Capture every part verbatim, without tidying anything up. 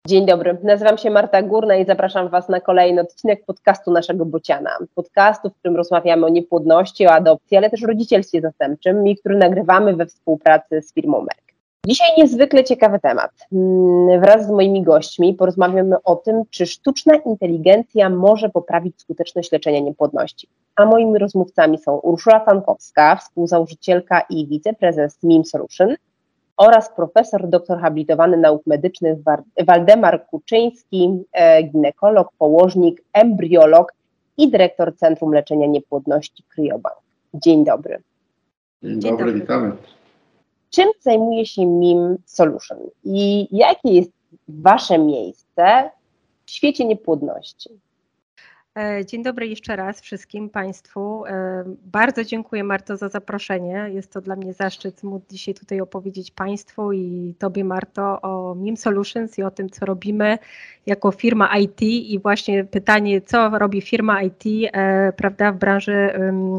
Dzień dobry, nazywam się Marta Górna i zapraszam Was na kolejny odcinek podcastu naszego Bociana. Podcastu, w którym rozmawiamy o niepłodności, o adopcji, ale też o rodzicielstwie zastępczym i który nagrywamy we współpracy z firmą Merck. Dzisiaj niezwykle ciekawy temat. Wraz z moimi gośćmi porozmawiamy o tym, czy sztuczna inteligencja może poprawić skuteczność leczenia niepłodności. A moimi rozmówcami są Urszula Fankowska, współzałożycielka i wiceprezes M I M Solution, oraz profesor doktor habilitowany nauk medycznych Waldemar Kuczyński, ginekolog, położnik, embriolog i dyrektor Centrum Leczenia Niepłodności Cryobank. Dzień dobry. Dzień, Dzień dobry, dobry, witamy. Czym zajmuje się M I M Solution i jakie jest Wasze miejsce w świecie niepłodności? Dzień dobry jeszcze raz wszystkim Państwu. Bardzo dziękuję, Marto, za zaproszenie. Jest to dla mnie zaszczyt móc dzisiaj tutaj opowiedzieć Państwu i Tobie, Marto, o M I M Solutions i o tym, co robimy jako firma I T i właśnie pytanie, co robi firma I T, prawda, w branży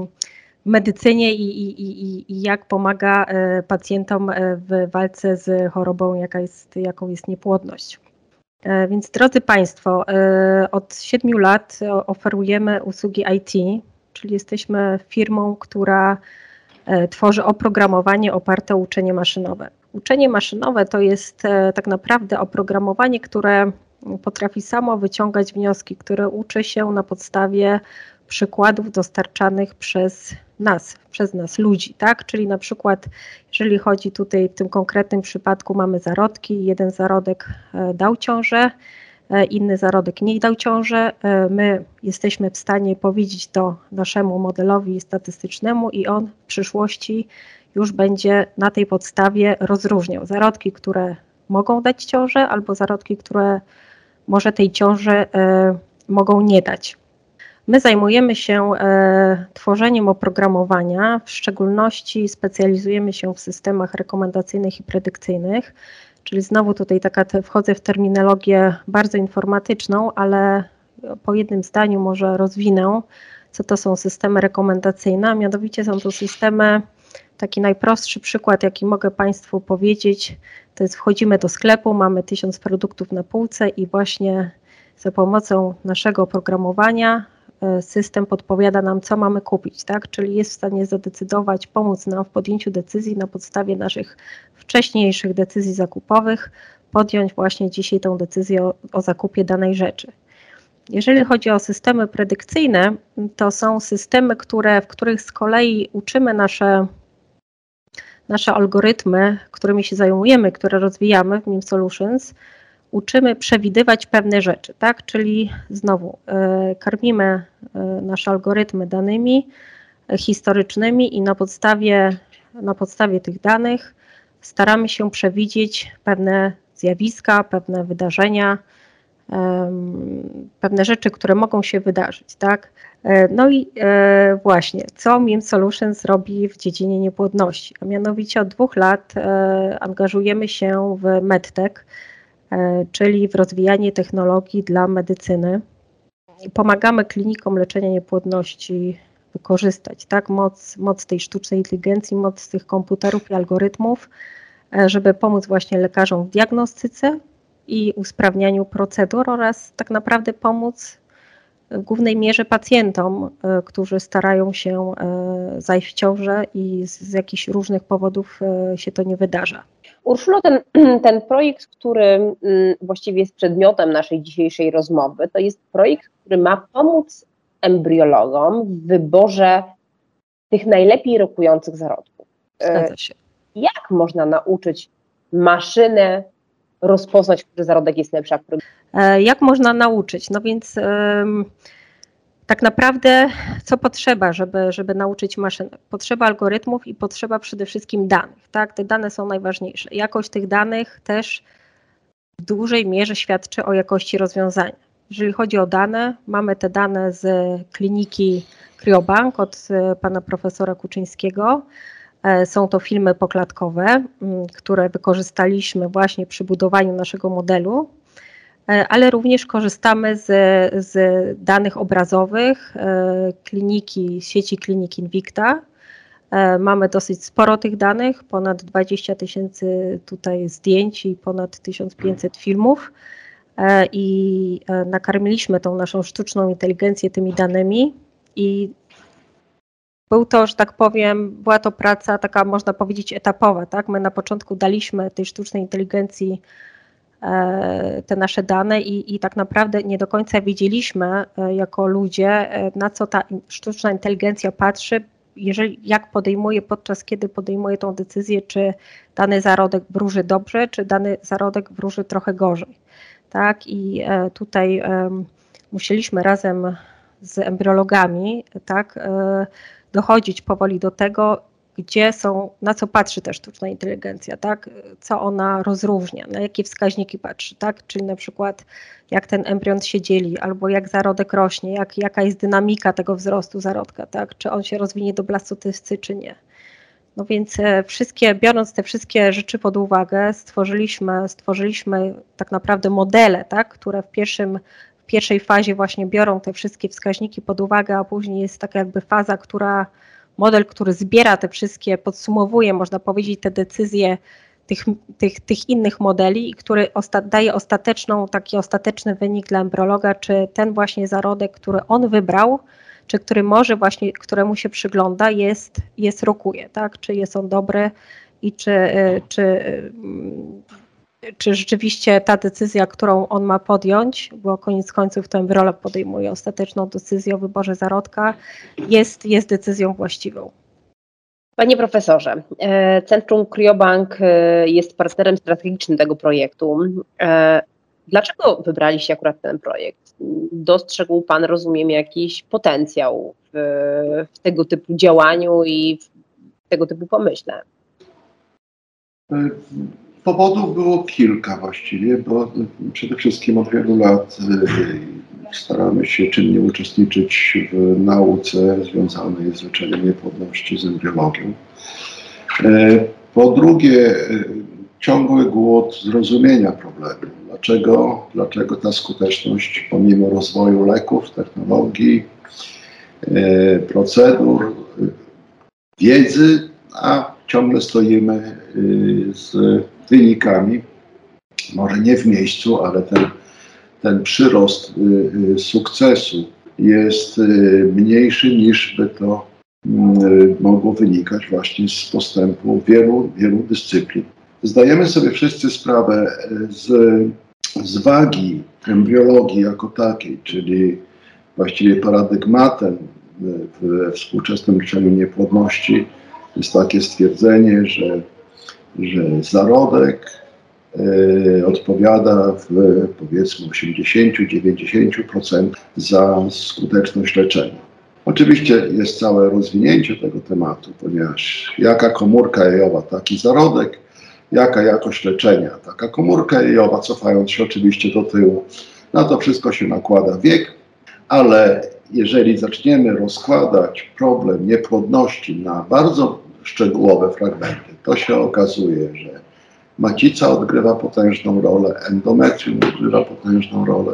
w medycynie i, i, i, i jak pomaga pacjentom w walce z chorobą, jaka jest, jaką jest niepłodność. Więc drodzy Państwo, od siedmiu lat oferujemy usługi I T, czyli jesteśmy firmą, która tworzy oprogramowanie oparte o uczenie maszynowe. Uczenie maszynowe to jest tak naprawdę oprogramowanie, które potrafi samo wyciągać wnioski, które uczy się na podstawie przykładów dostarczanych przez nas, przez nas ludzi, tak? Czyli na przykład, jeżeli chodzi tutaj w tym konkretnym przypadku, mamy zarodki, jeden zarodek dał ciążę, inny zarodek nie dał ciążę, my jesteśmy w stanie powiedzieć to naszemu modelowi statystycznemu i on w przyszłości już będzie na tej podstawie rozróżniał zarodki, które mogą dać ciążę, albo zarodki, które może tej ciąży mogą nie dać. My zajmujemy się e, tworzeniem oprogramowania, w szczególności specjalizujemy się w systemach rekomendacyjnych i predykcyjnych, czyli znowu tutaj taka te, wchodzę w terminologię bardzo informatyczną, ale po jednym zdaniu może rozwinę, co to są systemy rekomendacyjne, a mianowicie są to systemy, taki najprostszy przykład, jaki mogę Państwu powiedzieć, to jest wchodzimy do sklepu, mamy tysiąc produktów na półce i właśnie za pomocą naszego oprogramowania system podpowiada nam, co mamy kupić, tak? Czyli jest w stanie zadecydować, pomóc nam w podjęciu decyzji na podstawie naszych wcześniejszych decyzji zakupowych, podjąć właśnie dzisiaj tą decyzję o, o zakupie danej rzeczy. Jeżeli chodzi o systemy predykcyjne, to są systemy, które, w których z kolei uczymy nasze, nasze algorytmy, którymi się zajmujemy, które rozwijamy w M I M Solutions, uczymy przewidywać pewne rzeczy, tak? Czyli znowu y, karmimy y, nasze algorytmy danymi y, historycznymi i na podstawie, na podstawie tych danych staramy się przewidzieć pewne zjawiska, pewne wydarzenia, y, pewne rzeczy, które mogą się wydarzyć, tak? Y, no i y, właśnie, co M I M Solutions robi w dziedzinie niepłodności? A mianowicie od dwóch lat y, angażujemy się w medtech, czyli w rozwijanie technologii dla medycyny. Pomagamy klinikom leczenia niepłodności wykorzystać tak, moc, moc tej sztucznej inteligencji, moc tych komputerów i algorytmów, żeby pomóc właśnie lekarzom w diagnostyce i usprawnianiu procedur oraz tak naprawdę pomóc w głównej mierze pacjentom, którzy starają się zajść w ciążę i z jakichś różnych powodów się to nie wydarza. Urszulo, ten, ten projekt, który właściwie jest przedmiotem naszej dzisiejszej rozmowy, to jest projekt, który ma pomóc embriologom w wyborze tych najlepiej rokujących zarodków. Zgadza się. Jak można nauczyć maszynę rozpoznać, który zarodek jest lepszy? Jak można nauczyć? No więc um, tak naprawdę co potrzeba, żeby, żeby nauczyć maszynę? Potrzeba algorytmów i potrzeba przede wszystkim danych. Tak? Te dane są najważniejsze. Jakość tych danych też w dużej mierze świadczy o jakości rozwiązania. Jeżeli chodzi o dane, mamy te dane z kliniki Cryobank od pana profesora Kuczyńskiego. Są to filmy poklatkowe, które wykorzystaliśmy właśnie przy budowaniu naszego modelu, ale również korzystamy z, z danych obrazowych kliniki, sieci klinik Invicta. Mamy dosyć sporo tych danych, ponad dwadzieścia tysięcy tutaj zdjęć i ponad tysiąc pięćset filmów. i nakarmiliśmy tą naszą sztuczną inteligencję tymi danymi i był to, że tak powiem, była to praca taka, można powiedzieć, etapowa, tak? My na początku daliśmy tej sztucznej inteligencji te nasze dane i, i tak naprawdę nie do końca wiedzieliśmy jako ludzie, na co ta sztuczna inteligencja patrzy, jeżeli, jak podejmuje, podczas kiedy podejmuje tą decyzję, czy dany zarodek wróży dobrze, czy dany zarodek wróży trochę gorzej. Tak? I tutaj um, musieliśmy razem z embriologami, tak, dochodzić powoli do tego, gdzie są, na co patrzy ta sztuczna inteligencja, tak? Co ona rozróżnia, na jakie wskaźniki patrzy, tak? Czyli na przykład jak ten embrion się dzieli, albo jak zarodek rośnie, jak, jaka jest dynamika tego wzrostu zarodka, tak? Czy on się rozwinie do blastocysty, czy nie. No więc wszystkie, biorąc te wszystkie rzeczy pod uwagę, stworzyliśmy, stworzyliśmy tak naprawdę modele, tak? Które w pierwszym w pierwszej fazie właśnie biorą te wszystkie wskaźniki pod uwagę, a później jest taka jakby faza, która model, który zbiera te wszystkie, podsumowuje, można powiedzieć, te decyzje tych, tych, tych innych modeli i który osta daje ostateczną, taki ostateczny wynik dla embriologa, czy ten właśnie zarodek, który on wybrał, czy który może właśnie, któremu się przygląda, jest, jest rokuje, tak? Czy jest on dobry i czy, czy, czy rzeczywiście ta decyzja, którą on ma podjąć, bo koniec końców to embriolog podejmuje ostateczną decyzję o wyborze zarodka, jest, jest decyzją właściwą. Panie profesorze, Centrum Cryobank jest partnerem strategicznym tego projektu. Dlaczego wybraliście akurat ten projekt? Dostrzegł Pan, rozumiem, jakiś potencjał w, w tego typu działaniu i w tego typu pomyśle? Powodów było kilka właściwie, bo przede wszystkim od wielu lat staramy się czynnie uczestniczyć w nauce związanej z leczeniem niepłodności, z embriologią. Po drugie, ciągły głód zrozumienia problemu. Dlaczego, dlaczego ta skuteczność, pomimo rozwoju leków, technologii, procedur, wiedzy, a ciągle stoimy z wynikami, może nie w miejscu, ale ten, ten przyrost sukcesu jest mniejszy, niż by to mogło wynikać właśnie z postępu wielu, wielu dyscyplin. Zdajemy sobie wszyscy sprawę z, z wagi embriologii jako takiej, czyli właściwie paradygmatem we współczesnym leczeniu niepłodności jest takie stwierdzenie, że, że zarodek y, odpowiada w powiedzmy osiemdziesiąt do dziewięćdziesięciu procent za skuteczność leczenia. Oczywiście jest całe rozwinięcie tego tematu, ponieważ jaka komórka jajowa, taki zarodek, jaka jakość leczenia, taka komórka jajowa, cofając się oczywiście do tyłu, na to wszystko się nakłada wiek, ale jeżeli zaczniemy rozkładać problem niepłodności na bardzo szczegółowe fragmenty, to się okazuje, że macica odgrywa potężną rolę, endometrium odgrywa potężną rolę,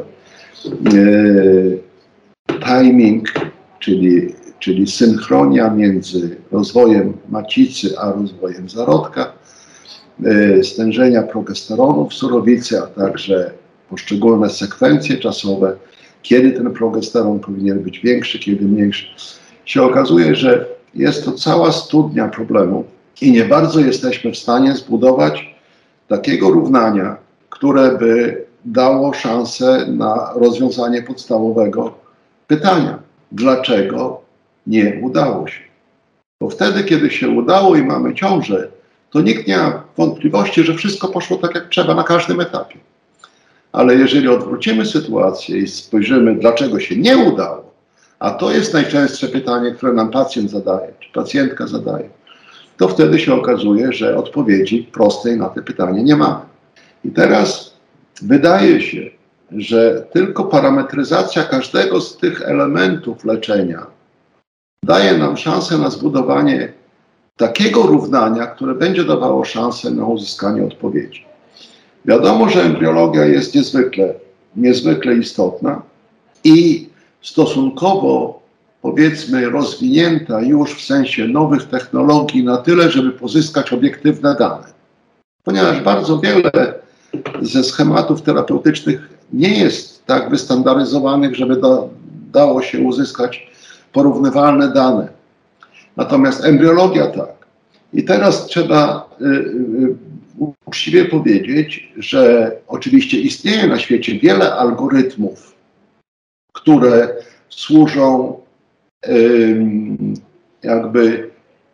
yy, timing, czyli, czyli synchronia między rozwojem macicy a rozwojem zarodka, yy, stężenia progesteronu w surowicy, a także poszczególne sekwencje czasowe, kiedy ten progesteron powinien być większy, kiedy mniejszy. Się okazuje, że jest to cała studnia problemu i nie bardzo jesteśmy w stanie zbudować takiego równania, które by dało szansę na rozwiązanie podstawowego pytania. Dlaczego nie udało się? Bo wtedy, kiedy się udało i mamy ciążę, to nikt nie ma wątpliwości, że wszystko poszło tak, jak trzeba na każdym etapie. Ale jeżeli odwrócimy sytuację i spojrzymy, dlaczego się nie udało, a to jest najczęstsze pytanie, które nam pacjent zadaje, czy pacjentka zadaje, to wtedy się okazuje, że odpowiedzi prostej na te pytanie nie mamy. I teraz wydaje się, że tylko parametryzacja każdego z tych elementów leczenia daje nam szansę na zbudowanie takiego równania, które będzie dawało szansę na uzyskanie odpowiedzi. Wiadomo, że embriologia jest niezwykle, niezwykle istotna i stosunkowo, powiedzmy, rozwinięta już w sensie nowych technologii na tyle, żeby pozyskać obiektywne dane. Ponieważ bardzo wiele ze schematów terapeutycznych nie jest tak wystandaryzowanych, żeby do, dało się uzyskać porównywalne dane. Natomiast embriologia tak. I teraz trzeba y, y, uczciwie powiedzieć, że oczywiście istnieje na świecie wiele algorytmów, które służą y, jakby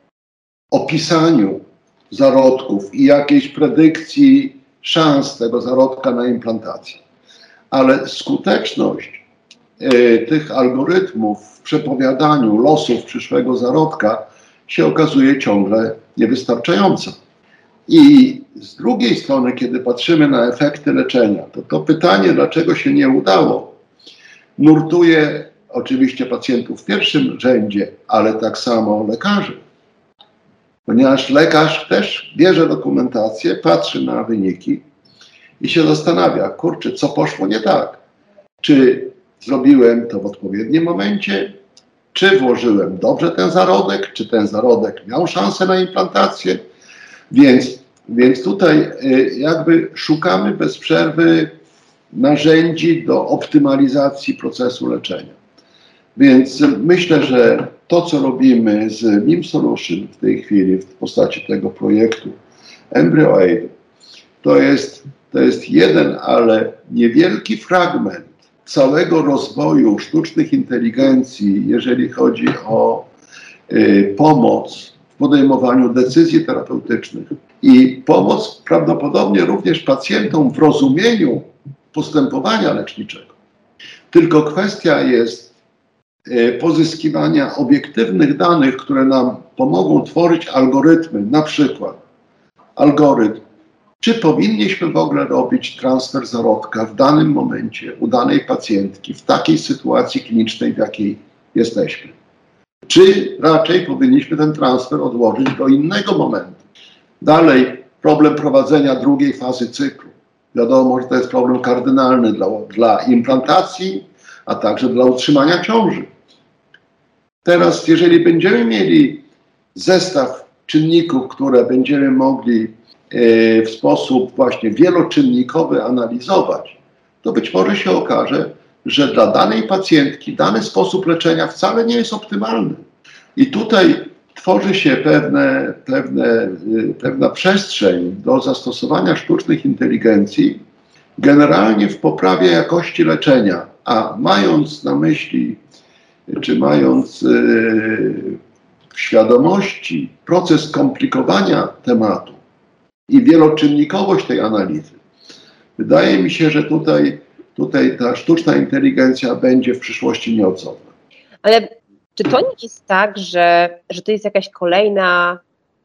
opisaniu zarodków i jakiejś predykcji szans tego zarodka na implantację. Ale skuteczność y, tych algorytmów w przepowiadaniu losów przyszłego zarodka się okazuje ciągle niewystarczająca. I z drugiej strony, kiedy patrzymy na efekty leczenia, to to pytanie, dlaczego się nie udało, nurtuje oczywiście pacjentów w pierwszym rzędzie, ale tak samo lekarzy. Ponieważ lekarz też bierze dokumentację, patrzy na wyniki i się zastanawia, kurczę, co poszło nie tak? Czy zrobiłem to w odpowiednim momencie? Czy włożyłem dobrze ten zarodek? Czy ten zarodek miał szansę na implantację? Więc, więc tutaj jakby szukamy bez przerwy narzędzi do optymalizacji procesu leczenia. Więc myślę, że to, co robimy z M I M Solution w tej chwili w postaci tego projektu EmbryoAid, to jest, to jest jeden, ale niewielki fragment całego rozwoju sztucznych inteligencji, jeżeli chodzi o y, pomoc w podejmowaniu decyzji terapeutycznych i pomoc prawdopodobnie również pacjentom w rozumieniu postępowania leczniczego. Tylko kwestia jest y, pozyskiwania obiektywnych danych, które nam pomogą tworzyć algorytmy, na przykład algorytm, czy powinniśmy w ogóle robić transfer zarodka w danym momencie u danej pacjentki w takiej sytuacji klinicznej, w jakiej jesteśmy. Czy raczej powinniśmy ten transfer odłożyć do innego momentu. Dalej problem prowadzenia drugiej fazy cyklu. Wiadomo, że to jest problem kardynalny dla, dla implantacji, a także dla utrzymania ciąży. Teraz, jeżeli będziemy mieli zestaw czynników, które będziemy mogli w sposób właśnie wieloczynnikowy analizować, to być może się okaże, że dla danej pacjentki dany sposób leczenia wcale nie jest optymalny. I tutaj tworzy się pewne, pewne, pewna przestrzeń do zastosowania sztucznych inteligencji generalnie w poprawie jakości leczenia, a mając na myśli, czy mając yy, w świadomości proces komplikowania tematu i wieloczynnikowość tej analizy, wydaje mi się, że tutaj, tutaj ta sztuczna inteligencja będzie w przyszłości nieodzowna. Ale czy to nie jest tak, że, że to jest jakaś kolejna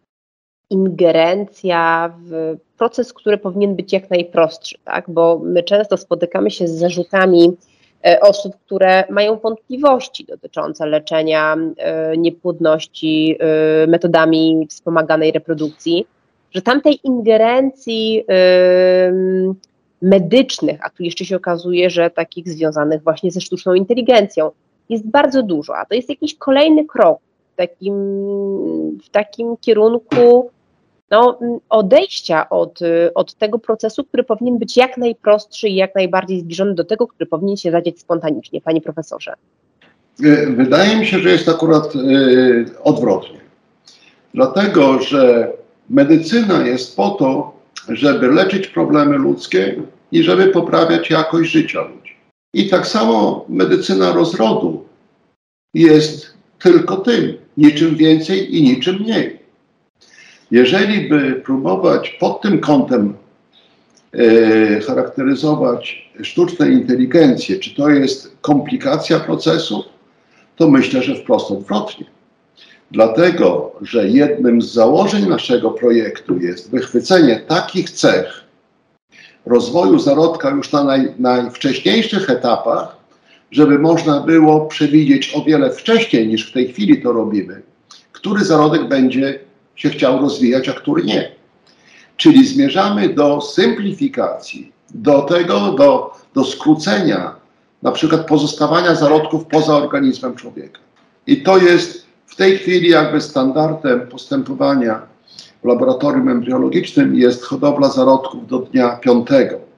ingerencja w proces, który powinien być jak najprostszy, tak? Bo my często spotykamy się z zarzutami e, osób, które mają wątpliwości dotyczące leczenia e, niepłodności e, metodami wspomaganej reprodukcji, że tamtej ingerencji y, medycznych, a tu jeszcze się okazuje, że takich związanych właśnie ze sztuczną inteligencją jest bardzo dużo, a to jest jakiś kolejny krok w takim, w takim kierunku no, odejścia od, od tego procesu, który powinien być jak najprostszy i jak najbardziej zbliżony do tego, który powinien się zadziać spontanicznie, panie profesorze. Wydaje mi się, że jest akurat y, odwrotnie. Dlatego, że medycyna jest po to, żeby leczyć problemy ludzkie i żeby poprawiać jakość życia ludzi. I tak samo medycyna rozrodu jest tylko tym, niczym więcej i niczym mniej. Jeżeli by próbować pod tym kątem e, charakteryzować sztuczną inteligencję, czy to jest komplikacja procesu, to myślę, że wprost odwrotnie. Dlatego, że jednym z założeń naszego projektu jest wychwycenie takich cech rozwoju zarodka już na naj, najwcześniejszych etapach, żeby można było przewidzieć o wiele wcześniej niż w tej chwili to robimy, który zarodek będzie się chciał rozwijać, a który nie. Czyli zmierzamy do symplifikacji, do tego, do, do skrócenia na przykład pozostawania zarodków poza organizmem człowieka. I to jest w tej chwili jakby standardem postępowania w laboratorium embriologicznym jest hodowla zarodków do dnia piątego.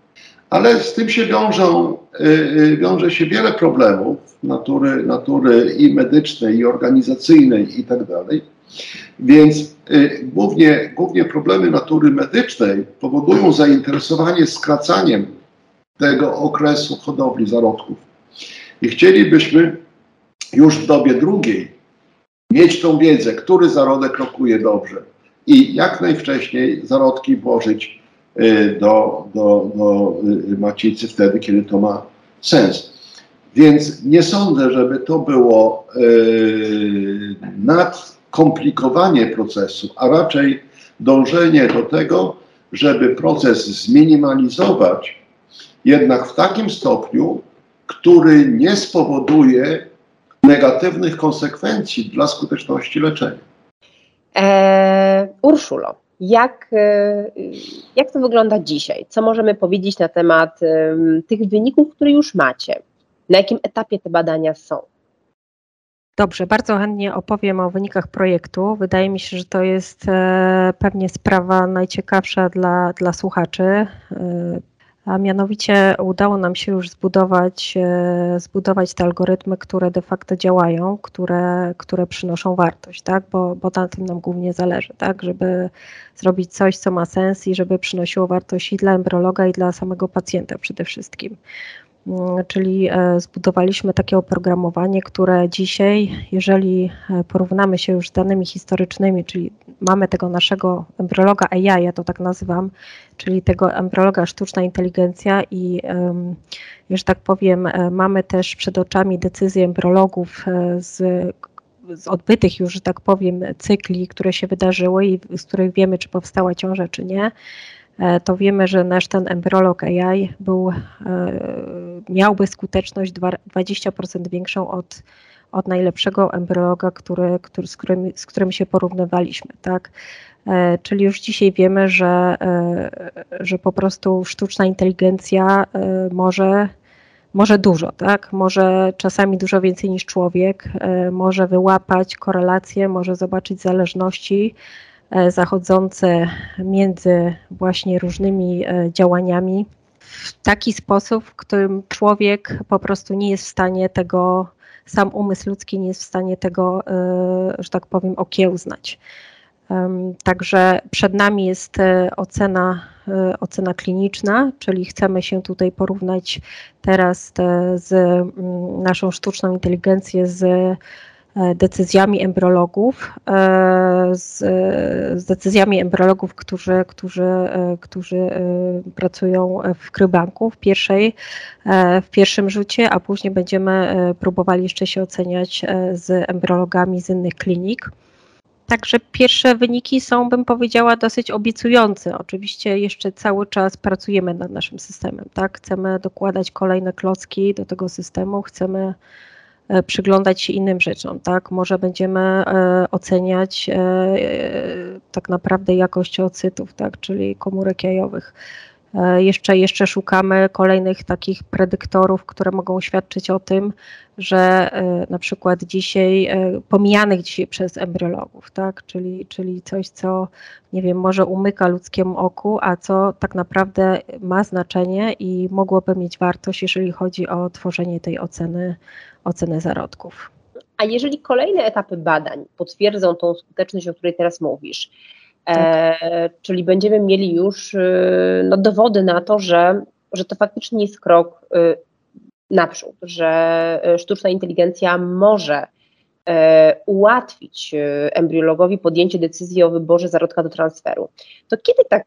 Ale z tym się wiążą, wiąże się wiele problemów natury, natury i medycznej, i organizacyjnej i tak dalej. Więc głównie, głównie problemy natury medycznej powodują zainteresowanie skracaniem tego okresu hodowli zarodków. I chcielibyśmy już w dobie drugiej mieć tą wiedzę, który zarodek rokuje dobrze i jak najwcześniej zarodki włożyć do, do, do macicy wtedy, kiedy to ma sens. Więc nie sądzę, żeby to było yy, nadkomplikowanie procesu, a raczej dążenie do tego, żeby proces zminimalizować, jednak w takim stopniu, który nie spowoduje negatywnych konsekwencji dla skuteczności leczenia. Eee, Urszulo, jak, jak to wygląda dzisiaj? Co możemy powiedzieć na temat um, tych wyników, które już macie? Na jakim etapie te badania są? Dobrze, bardzo chętnie opowiem o wynikach projektu. Wydaje mi się, że to jest e, pewnie sprawa najciekawsza dla, dla słuchaczy. E, a mianowicie udało nam się już zbudować, e, zbudować te algorytmy, które de facto działają, które, które przynoszą wartość, tak? Bo, bo na tym nam głównie zależy, tak? Żeby zrobić coś, co ma sens i żeby przynosiło wartość i dla embryologa, i dla samego pacjenta przede wszystkim. Czyli zbudowaliśmy takie oprogramowanie, które dzisiaj, jeżeli porównamy się już z danymi historycznymi, czyli mamy tego naszego embryologa A I, ja to tak nazywam, czyli tego embryologa sztuczna inteligencja i, że tak powiem, mamy też przed oczami decyzje embryologów z, z odbytych już, że tak powiem, cykli, które się wydarzyły i z których wiemy, czy powstała ciąża, czy nie, to wiemy, że nasz ten embryolog A I był, miałby skuteczność dwadzieścia procent większą od, od najlepszego embryologa, który, który, z, którym, z którym się porównywaliśmy, tak? Czyli już dzisiaj wiemy, że, że po prostu sztuczna inteligencja może, może dużo, tak? Może czasami dużo więcej niż człowiek, może wyłapać korelacje, może zobaczyć zależności zachodzące między właśnie różnymi działaniami w taki sposób, w którym człowiek po prostu nie jest w stanie tego, sam umysł ludzki nie jest w stanie tego, że tak powiem, okiełznać. Także przed nami jest ocena, ocena kliniczna, czyli chcemy się tutaj porównać teraz z naszą sztuczną inteligencją z decyzjami embryologów, z, z decyzjami embryologów, którzy, którzy, którzy pracują w cryobanku w pierwszej, w pierwszym rzucie, a później będziemy próbowali jeszcze się oceniać z embryologami z innych klinik. Także pierwsze wyniki są, bym powiedziała, dosyć obiecujące. Oczywiście jeszcze cały czas pracujemy nad naszym systemem, tak? Chcemy dokładać kolejne klocki do tego systemu, chcemy przyglądać się innym rzeczom, tak? Może będziemy oceniać tak naprawdę jakość oocytów, tak? Czyli komórek jajowych. Jeszcze, jeszcze szukamy kolejnych takich predyktorów, które mogą świadczyć o tym, że na przykład dzisiaj, pomijanych dzisiaj przez embryologów, tak? Czyli, czyli coś, co nie wiem, może umyka ludzkiemu oku, a co tak naprawdę ma znaczenie i mogłoby mieć wartość, jeżeli chodzi o tworzenie tej oceny, oceny zarodków. A jeżeli kolejne etapy badań potwierdzą tą skuteczność, o której teraz mówisz, Tak. E, czyli będziemy mieli już no, dowody na to, że, że to faktycznie jest krok y, naprzód, że sztuczna inteligencja może e, ułatwić embriologowi podjęcie decyzji o wyborze zarodka do transferu. To kiedy tak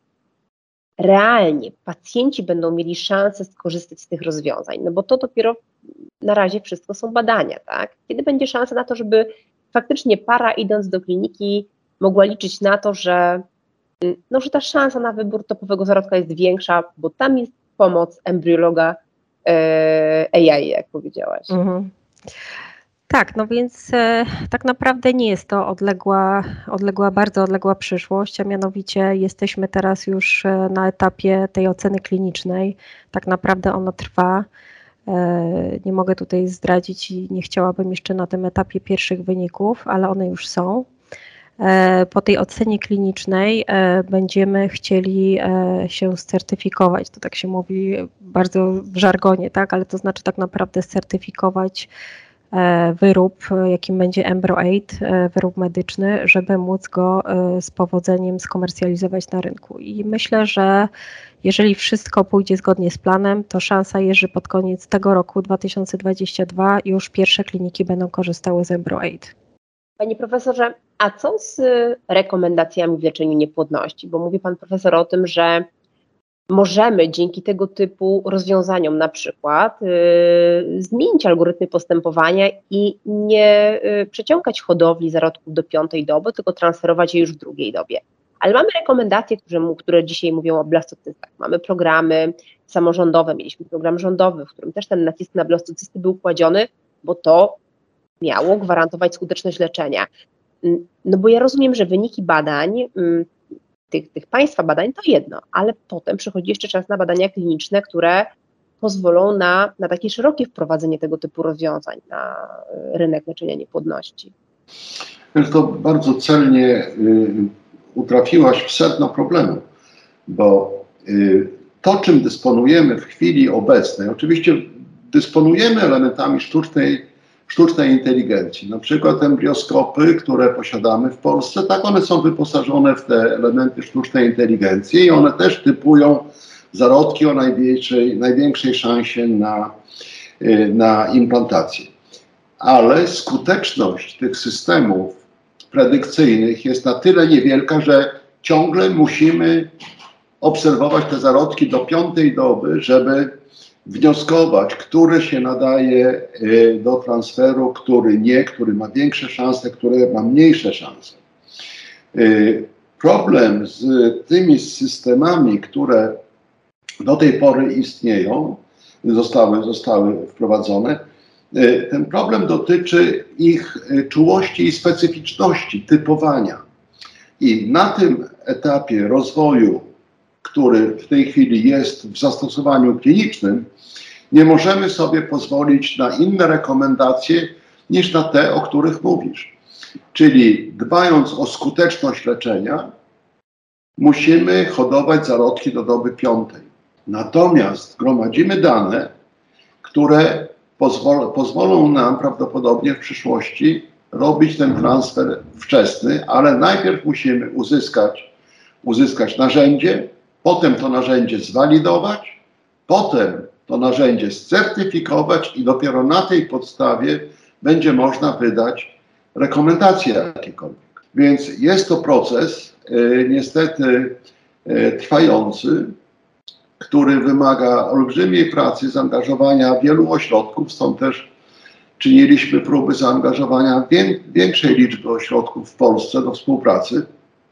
realnie pacjenci będą mieli szansę skorzystać z tych rozwiązań? No bo to dopiero na razie wszystko są badania, tak? Kiedy będzie szansa na to, żeby faktycznie para idąc do kliniki mogła liczyć na to, że, no, że ta szansa na wybór topowego zarodka jest większa, bo tam jest pomoc embriologa e, A I, jak powiedziałaś. Mhm. Tak, no więc e, tak naprawdę nie jest to odległa, odległa, bardzo odległa przyszłość, a mianowicie jesteśmy teraz już na etapie tej oceny klinicznej. Tak naprawdę ona trwa. E, nie mogę tutaj zdradzić i nie chciałabym jeszcze na tym etapie pierwszych wyników, ale one już są. Po tej ocenie klinicznej będziemy chcieli się certyfikować, to tak się mówi bardzo w żargonie, tak, ale to znaczy tak naprawdę certyfikować wyrób, jakim będzie EmbryoAid, wyrób medyczny, żeby móc go z powodzeniem skomercjalizować na rynku. I myślę, że jeżeli wszystko pójdzie zgodnie z planem, to szansa jest, że pod koniec tego roku dwa tysiące dwudziestego drugiego już pierwsze kliniki będą korzystały z EmbryoAid. Panie profesorze, a co z rekomendacjami w leczeniu niepłodności? Bo mówi pan profesor o tym, że możemy dzięki tego typu rozwiązaniom na przykład yy, zmienić algorytmy postępowania i nie yy, przeciągać hodowli zarodków do piątej doby, tylko transferować je już w drugiej dobie. Ale mamy rekomendacje, które, które dzisiaj mówią o blastocystach. Mamy programy samorządowe, mieliśmy program rządowy, w którym też ten nacisk na blastocysty był kładziony, bo to miało gwarantować skuteczność leczenia. No bo ja rozumiem, że wyniki badań, tych, tych państwa badań to jedno, ale potem przychodzi jeszcze czas na badania kliniczne, które pozwolą na, na takie szerokie wprowadzenie tego typu rozwiązań na rynek leczenia niepłodności. To bardzo celnie y, utrafiłaś w sedno problemu, bo y, to, czym dysponujemy w chwili obecnej, oczywiście dysponujemy elementami sztucznej sztucznej inteligencji, na przykład embrioskopy, które posiadamy w Polsce, tak one są wyposażone w te elementy sztucznej inteligencji i one też typują zarodki o największej, największej szansie na, na implantację. Ale skuteczność tych systemów predykcyjnych jest na tyle niewielka, że ciągle musimy obserwować te zarodki do piątej doby, żeby wnioskować, który się nadaje do transferu, który nie, który ma większe szanse, który ma mniejsze szanse. Problem z tymi systemami, które do tej pory istnieją, zostały, zostały wprowadzone, ten problem dotyczy ich czułości i specyficzności, typowania. I na tym etapie rozwoju, który w tej chwili jest w zastosowaniu klinicznym, nie możemy sobie pozwolić na inne rekomendacje niż na te, o których mówisz. Czyli dbając o skuteczność leczenia, musimy hodować zarodki do doby piątej. Natomiast gromadzimy dane, które pozwol, pozwolą nam prawdopodobnie w przyszłości robić ten transfer wczesny, ale najpierw musimy uzyskać, uzyskać narzędzie, potem to narzędzie zwalidować, potem to narzędzie certyfikować i dopiero na tej podstawie będzie można wydać rekomendacje jakiekolwiek. Więc jest to proces y, niestety y, trwający, który wymaga olbrzymiej pracy, zaangażowania wielu ośrodków, stąd też czyniliśmy próby zaangażowania wię, większej liczby ośrodków w Polsce do współpracy.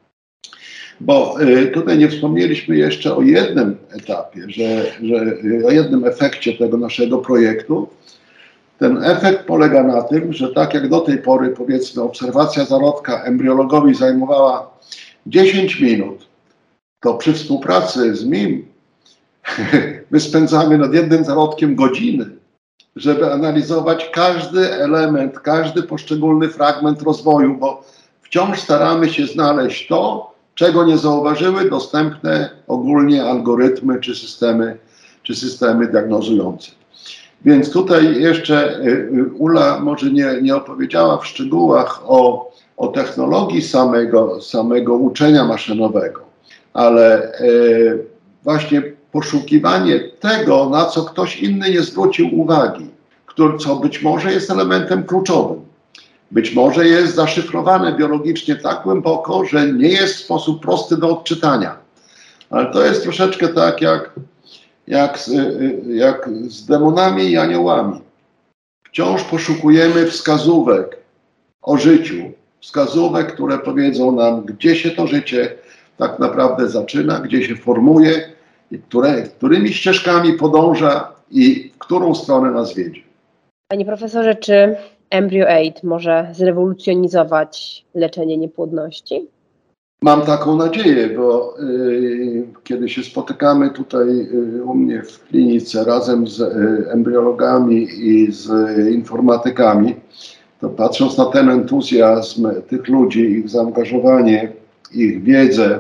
Bo y, tutaj nie wspomnieliśmy jeszcze o jednym etapie, że, że y, o jednym efekcie tego naszego projektu. Ten efekt polega na tym, że tak jak do tej pory, powiedzmy, obserwacja zarodka embriologowi zajmowała dziesięć minut, to przy współpracy z M I M my spędzamy nad jednym zarodkiem godziny, żeby analizować każdy element, każdy poszczególny fragment rozwoju, bo wciąż staramy się znaleźć to, czego nie zauważyły dostępne ogólnie algorytmy czy systemy, czy systemy diagnozujące. Więc tutaj jeszcze Ula może nie, nie opowiedziała w szczegółach o, o technologii samego, samego uczenia maszynowego, ale e, właśnie poszukiwanie tego, na co ktoś inny nie zwrócił uwagi, który, co być może jest elementem kluczowym. Być może jest zaszyfrowane biologicznie tak głęboko, że nie jest w sposób prosty do odczytania. Ale to jest troszeczkę tak jak, jak, z, jak z demonami i aniołami. Wciąż poszukujemy wskazówek o życiu. Wskazówek, które powiedzą nam, gdzie się to życie tak naprawdę zaczyna, gdzie się formuje, i które, którymi ścieżkami podąża i w którą stronę nas wiedzie. Panie profesorze, czy EmbryoAid może zrewolucjonizować leczenie niepłodności? Mam taką nadzieję, bo y, kiedy się spotykamy tutaj y, u mnie w klinice razem z y, embriologami i z y, informatykami, to patrząc na ten entuzjazm tych ludzi, ich zaangażowanie, ich wiedzę,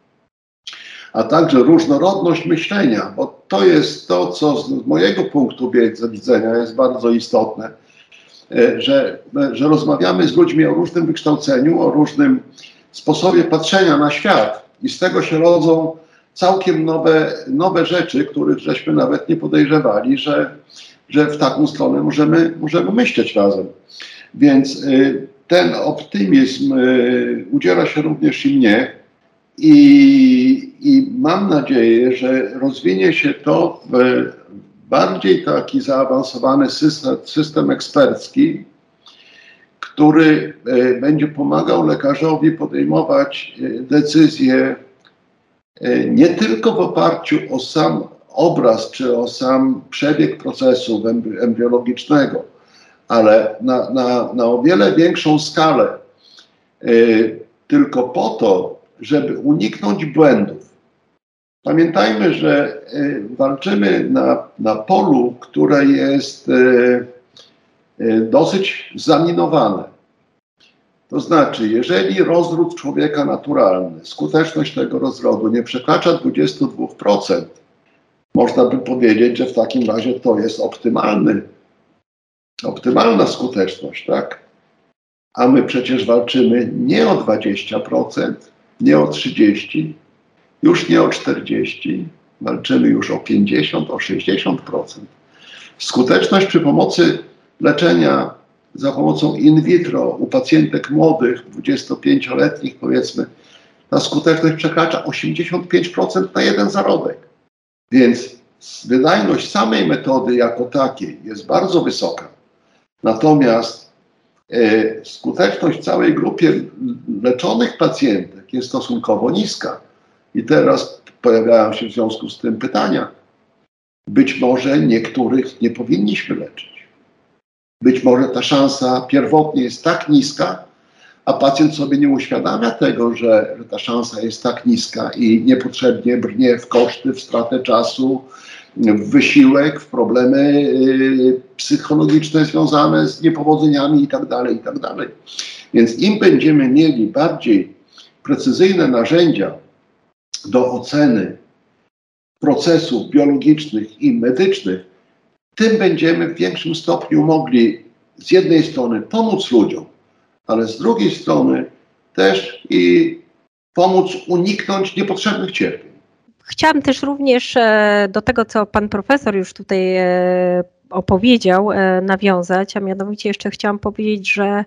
a także różnorodność myślenia, bo to jest to, co z mojego punktu widzenia jest bardzo istotne, że, że rozmawiamy z ludźmi o różnym wykształceniu, o różnym sposobie patrzenia na świat i z tego się rodzą całkiem nowe, nowe rzeczy, których żeśmy nawet nie podejrzewali, że, że w taką stronę możemy, możemy myśleć razem. Więc y, ten optymizm y, udziela się również i mnie i, i mam nadzieję, że rozwinie się to w bardziej taki zaawansowany system, system ekspercki, który y, będzie pomagał lekarzowi podejmować y, decyzje y, nie tylko w oparciu o sam obraz czy o sam przebieg procesu embriologicznego, ale na, na, na o wiele większą skalę, y, tylko po to, żeby uniknąć błędów. Pamiętajmy, że y, walczymy na, na polu, które jest y, y, dosyć zaminowane. To znaczy, jeżeli rozród człowieka naturalny, skuteczność tego rozrodu nie przekracza dwadzieścia dwa procent, można by powiedzieć, że w takim razie to jest optymalny Optymalna skuteczność, tak? A my przecież walczymy nie o dwadzieścia procent, nie o trzydzieści procent, już nie o czterdzieści procent, walczymy już o pięćdziesiąt procent, o sześćdziesiąt procent. Skuteczność przy pomocy leczenia za pomocą in vitro u pacjentek młodych, dwudziestopięcioletnich powiedzmy, ta skuteczność przekracza osiemdziesiąt pięć procent na jeden zarodek. Więc wydajność samej metody jako takiej jest bardzo wysoka. Natomiast e, skuteczność całej grupie leczonych pacjentek jest stosunkowo niska. I teraz pojawiają się w związku z tym pytania. Być może niektórych nie powinniśmy leczyć. Być może ta szansa pierwotnie jest tak niska, a pacjent sobie nie uświadamia tego, że, że ta szansa jest tak niska i niepotrzebnie brnie w koszty, w stratę czasu, w wysiłek, w problemy y, psychologiczne związane z niepowodzeniami itd., itd. Więc im będziemy mieli bardziej precyzyjne narzędzia do oceny procesów biologicznych i medycznych, tym będziemy w większym stopniu mogli z jednej strony pomóc ludziom, ale z drugiej strony też i pomóc uniknąć niepotrzebnych cierpień. Chciałam też również do tego, co pan profesor już tutaj opowiedział, nawiązać, a mianowicie jeszcze chciałam powiedzieć, że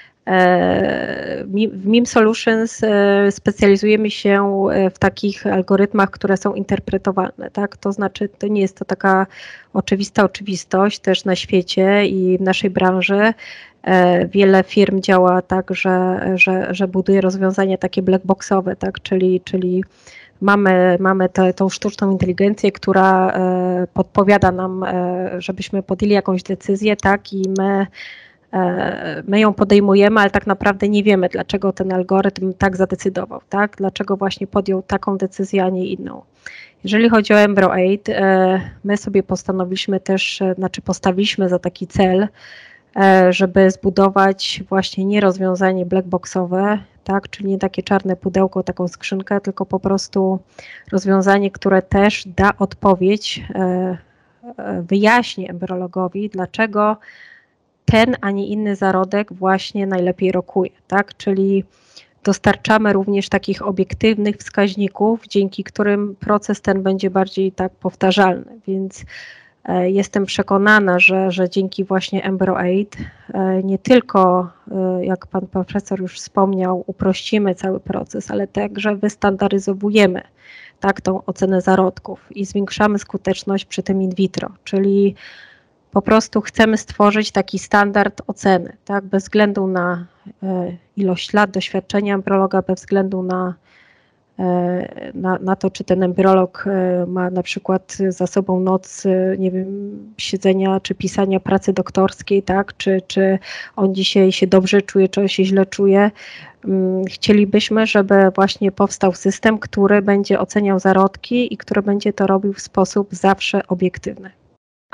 w M I M Solutions specjalizujemy się w takich algorytmach, które są interpretowalne, tak? To znaczy, to nie jest to taka oczywista oczywistość też na świecie i w naszej branży. Wiele firm działa tak, że, że, że buduje rozwiązania takie blackboxowe, tak? Czyli, czyli mamy, mamy tę, tą sztuczną inteligencję, która podpowiada nam, żebyśmy podjęli jakąś decyzję, tak? I my My ją podejmujemy, ale tak naprawdę nie wiemy, dlaczego ten algorytm tak zadecydował, tak? Dlaczego właśnie podjął taką decyzję, a nie inną. Jeżeli chodzi o EmbryoAid, my sobie postanowiliśmy też, znaczy postawiliśmy za taki cel, żeby zbudować właśnie nie rozwiązanie blackboxowe, tak? Czyli nie takie czarne pudełko, taką skrzynkę, tylko po prostu rozwiązanie, które też da odpowiedź, wyjaśni embriologowi, dlaczego ten, a nie inny zarodek właśnie najlepiej rokuje, tak? Czyli dostarczamy również takich obiektywnych wskaźników, dzięki którym proces ten będzie bardziej tak powtarzalny, więc jestem przekonana, że, że dzięki właśnie EmbryoAid nie tylko, jak pan profesor już wspomniał, uprościmy cały proces, ale także wystandaryzowujemy, tak, tą ocenę zarodków i zwiększamy skuteczność przy tym in vitro, czyli po prostu chcemy stworzyć taki standard oceny, tak, bez względu na ilość lat doświadczenia embriologa, bez względu na, na, na to, czy ten embriolog ma na przykład za sobą noc, nie wiem, siedzenia czy pisania pracy doktorskiej, tak, czy, czy on dzisiaj się dobrze czuje, czy on się źle czuje. Chcielibyśmy, żeby właśnie powstał system, który będzie oceniał zarodki i który będzie to robił w sposób zawsze obiektywny.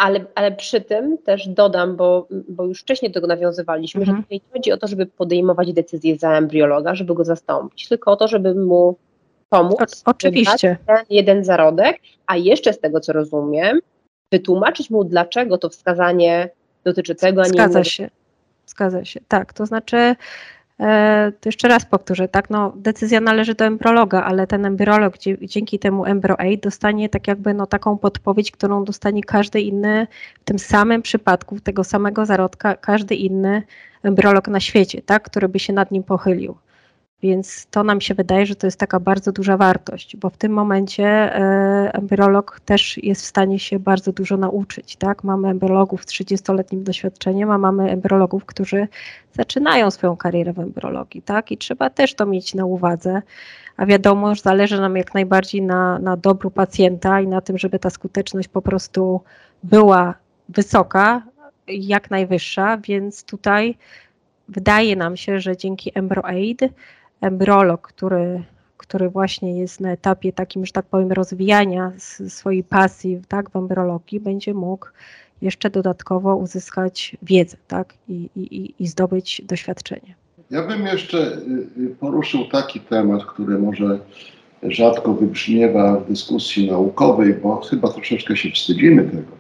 Ale, ale przy tym też dodam, bo, bo już wcześniej do tego nawiązywaliśmy, mhm. że tutaj nie chodzi o to, żeby podejmować decyzję za embriologa, żeby go zastąpić, tylko o to, żeby mu pomóc, o, oczywiście. ten jeden zarodek, a jeszcze z tego, co rozumiem, wytłumaczyć mu, dlaczego to wskazanie dotyczy tego, a nie Zgadza innego. się, zgadza się, tak, to znaczy e, to jeszcze raz powtórzę, tak, no decyzja należy do embriologa, ale ten embriolog dzięki temu EmbryoAid dostanie tak jakby no taką podpowiedź, którą dostanie każdy inny, w tym samym przypadku tego samego zarodka, każdy inny embriolog na świecie, tak, który by się nad nim pochylił. Więc to nam się wydaje, że to jest taka bardzo duża wartość, bo w tym momencie e, embriolog też jest w stanie się bardzo dużo nauczyć. Tak? Mamy embriologów z trzydziestoletnim doświadczeniem, a mamy embriologów, którzy zaczynają swoją karierę w embriologii. Tak? I trzeba też to mieć na uwadze. A wiadomo, że zależy nam jak najbardziej na, na dobru pacjenta i na tym, żeby ta skuteczność po prostu była wysoka, jak najwyższa, więc tutaj wydaje nam się, że dzięki EmbryoAid embriolog, który, który właśnie jest na etapie takim, że tak powiem, rozwijania swojej pasji, tak, w embriologii, będzie mógł jeszcze dodatkowo uzyskać wiedzę, tak, i, i, i zdobyć doświadczenie. Ja bym jeszcze poruszył taki temat, który może rzadko wybrzmiewa w dyskusji naukowej, bo chyba troszeczkę się wstydzimy tego.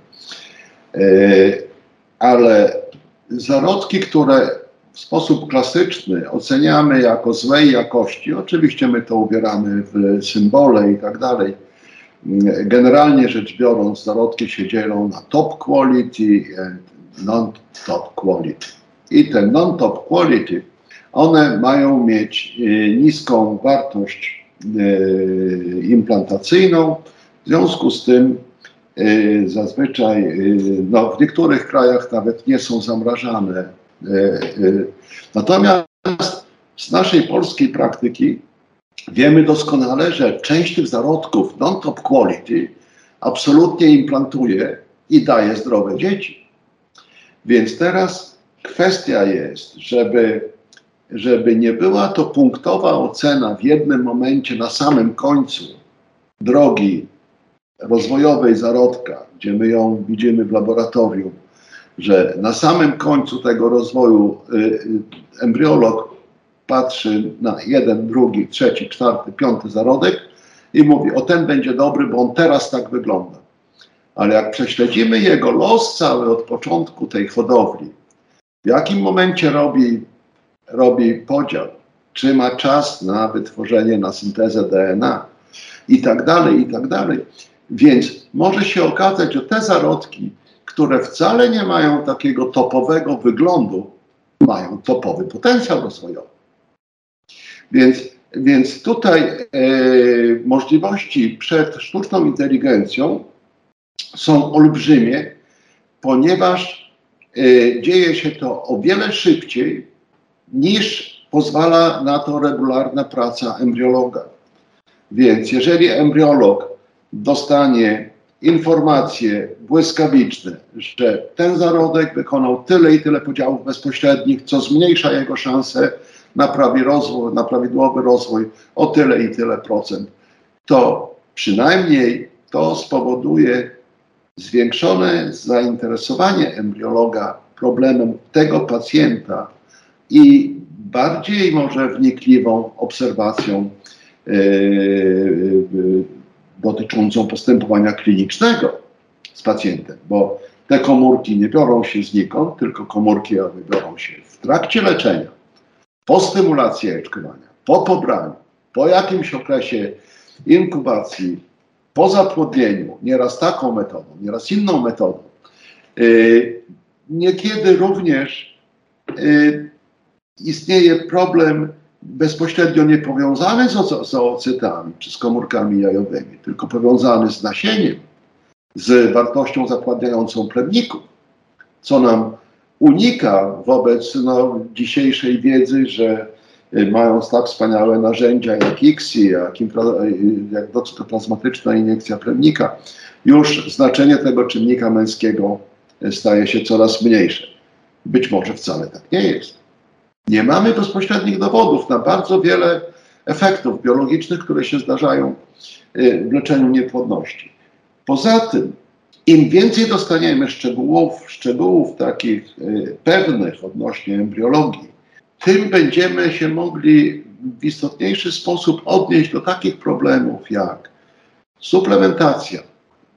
Ale zarodki, które w sposób klasyczny oceniamy jako złej jakości, oczywiście my to ubieramy w symbole i tak dalej. Generalnie rzecz biorąc, zarodki się dzielą na top quality and non-top quality. I te non-top quality, one mają mieć niską wartość implantacyjną, w związku z tym zazwyczaj no, w niektórych krajach nawet nie są zamrażane. Natomiast z naszej polskiej praktyki wiemy doskonale, że część tych zarodków non-top quality absolutnie implantuje i daje zdrowe dzieci. Więc teraz kwestia jest, żeby, żeby nie była to punktowa ocena w jednym momencie na samym końcu drogi rozwojowej zarodka, gdzie my ją widzimy w laboratorium, że na samym końcu tego rozwoju y, y, embriolog patrzy na jeden, drugi, trzeci, czwarty, piąty zarodek i mówi, o ten będzie dobry, bo on teraz tak wygląda. Ale jak prześledzimy jego los cały od początku tej hodowli, w jakim momencie robi, robi podział, czy ma czas na wytworzenie, na syntezę D N A i tak dalej, i tak dalej. Więc może się okazać, że te zarodki, które wcale nie mają takiego topowego wyglądu, mają topowy potencjał rozwojowy. Więc, więc tutaj e, możliwości przed sztuczną inteligencją są olbrzymie, ponieważ e, dzieje się to o wiele szybciej niż pozwala na to regularna praca embriologa. Więc jeżeli embriolog dostanie informacje błyskawiczne, że ten zarodek wykonał tyle i tyle podziałów bezpośrednich, co zmniejsza jego szanse na, prawie rozwój, na prawidłowy rozwój o tyle i tyle procent, to przynajmniej to spowoduje zwiększone zainteresowanie embriologa problemem tego pacjenta i bardziej może wnikliwą obserwacją yy, yy, dotyczącą postępowania klinicznego z pacjentem, bo te komórki nie biorą się znikąd, tylko komórki biorą się w trakcie leczenia, po stymulacji jajeczkowania, po pobraniu, po jakimś okresie inkubacji, po zapłodnieniu, nieraz taką metodą, nieraz inną metodą. Yy, niekiedy również yy, istnieje problem bezpośrednio nie powiązany z, z oocytami czy z komórkami jajowymi, tylko powiązany z nasieniem, z wartością zapładniającą plemników, co nam unika wobec no, dzisiejszej wiedzy, że y, mając tak wspaniałe narzędzia jak I C S I, jak, jak docytoplazmatyczna iniekcja plemnika, już znaczenie tego czynnika męskiego staje się coraz mniejsze. Być może wcale tak nie jest. Nie mamy bezpośrednich dowodów na bardzo wiele efektów biologicznych, które się zdarzają w leczeniu niepłodności. Poza tym Im więcej dostaniemy szczegółów, szczegółów takich y, pewnych odnośnie embriologii, tym będziemy się mogli w istotniejszy sposób odnieść do takich problemów jak suplementacja, y,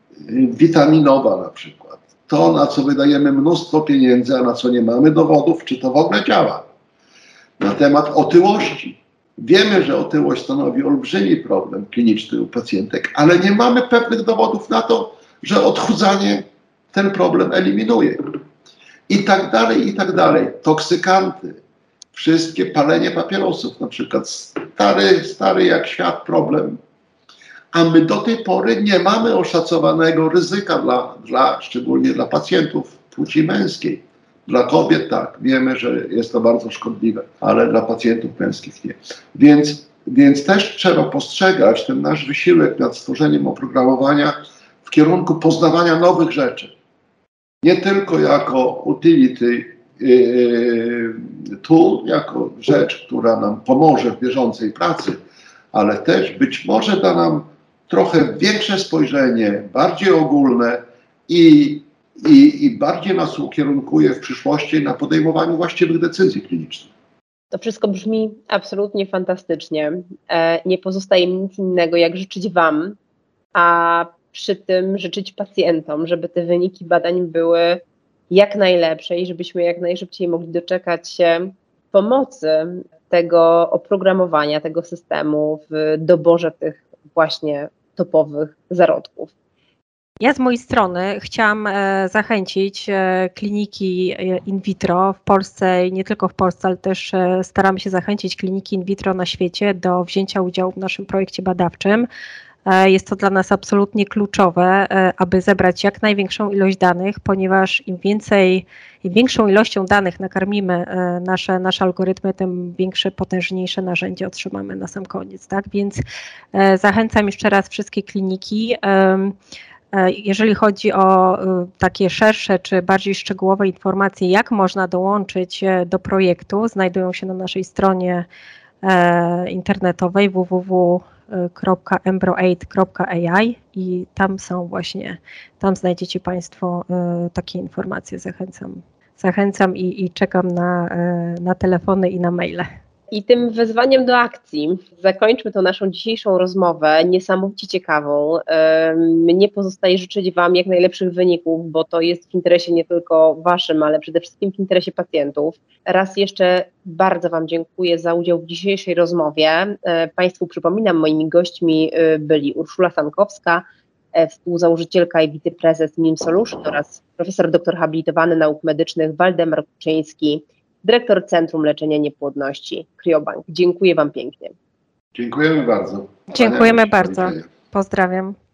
witaminowa na przykład. To, na co wydajemy mnóstwo pieniędzy, a na co nie mamy dowodów, czy to w ogóle działa. Na temat otyłości. Wiemy, że otyłość stanowi olbrzymi problem kliniczny u pacjentek, ale nie mamy pewnych dowodów na to, że odchudzanie ten problem eliminuje. I tak dalej, i tak dalej. Toksykanty, wszystkie palenie papierosów na przykład. Stary, stary jak świat problem. A my do tej pory nie mamy oszacowanego ryzyka, dla, dla, szczególnie dla pacjentów płci męskiej. Dla kobiet tak, wiemy, że jest to bardzo szkodliwe, ale dla pacjentów męskich nie. Więc, więc też trzeba postrzegać ten nasz wysiłek nad stworzeniem oprogramowania w kierunku poznawania nowych rzeczy. Nie tylko jako utility yy, tool, jako rzecz, która nam pomoże w bieżącej pracy, ale też być może da nam trochę większe spojrzenie, bardziej ogólne i, i, i bardziej nas ukierunkuje w przyszłości na podejmowaniu właściwych decyzji klinicznych. To wszystko brzmi absolutnie fantastycznie. Nie pozostaje mi nic innego, jak życzyć Wam, a przy tym życzyć pacjentom, żeby te wyniki badań były jak najlepsze i żebyśmy jak najszybciej mogli doczekać się pomocy tego oprogramowania, tego systemu w doborze tych właśnie topowych zarodków. Ja z mojej strony chciałam zachęcić kliniki in vitro w Polsce i nie tylko w Polsce, ale też staramy się zachęcić kliniki in vitro na świecie do wzięcia udziału w naszym projekcie badawczym. Jest to dla nas absolutnie kluczowe, aby zebrać jak największą ilość danych, ponieważ im więcej, im większą ilością danych nakarmimy nasze, nasze algorytmy, tym większe, potężniejsze narzędzie otrzymamy na sam koniec. Tak? Więc zachęcam jeszcze raz wszystkie kliniki. Jeżeli chodzi o takie szersze czy bardziej szczegółowe informacje, jak można dołączyć do projektu, znajdują się na naszej stronie internetowej w w w kropka embroaid kropka a i i tam są właśnie, tam znajdziecie Państwo takie informacje. Zachęcam, zachęcam i, i czekam na, na telefony i na maile. I tym wezwaniem do akcji zakończmy tą naszą dzisiejszą rozmowę, niesamowicie ciekawą. Mnie pozostaje życzyć Wam jak najlepszych wyników, bo to jest w interesie nie tylko Waszym, ale przede wszystkim w interesie pacjentów. Raz jeszcze bardzo Wam dziękuję za udział w dzisiejszej rozmowie. Państwu przypominam, moimi gośćmi byli Urszula Sankowska, współzałożycielka i wiceprezes M I M Solution oraz profesor doktor habilitowany nauk medycznych Waldemar Kuczyński, dyrektor Centrum Leczenia Niepłodności Cryobank. Dziękuję Wam pięknie. Dziękujemy bardzo. Dziękujemy bardzo. Pozdrawiam.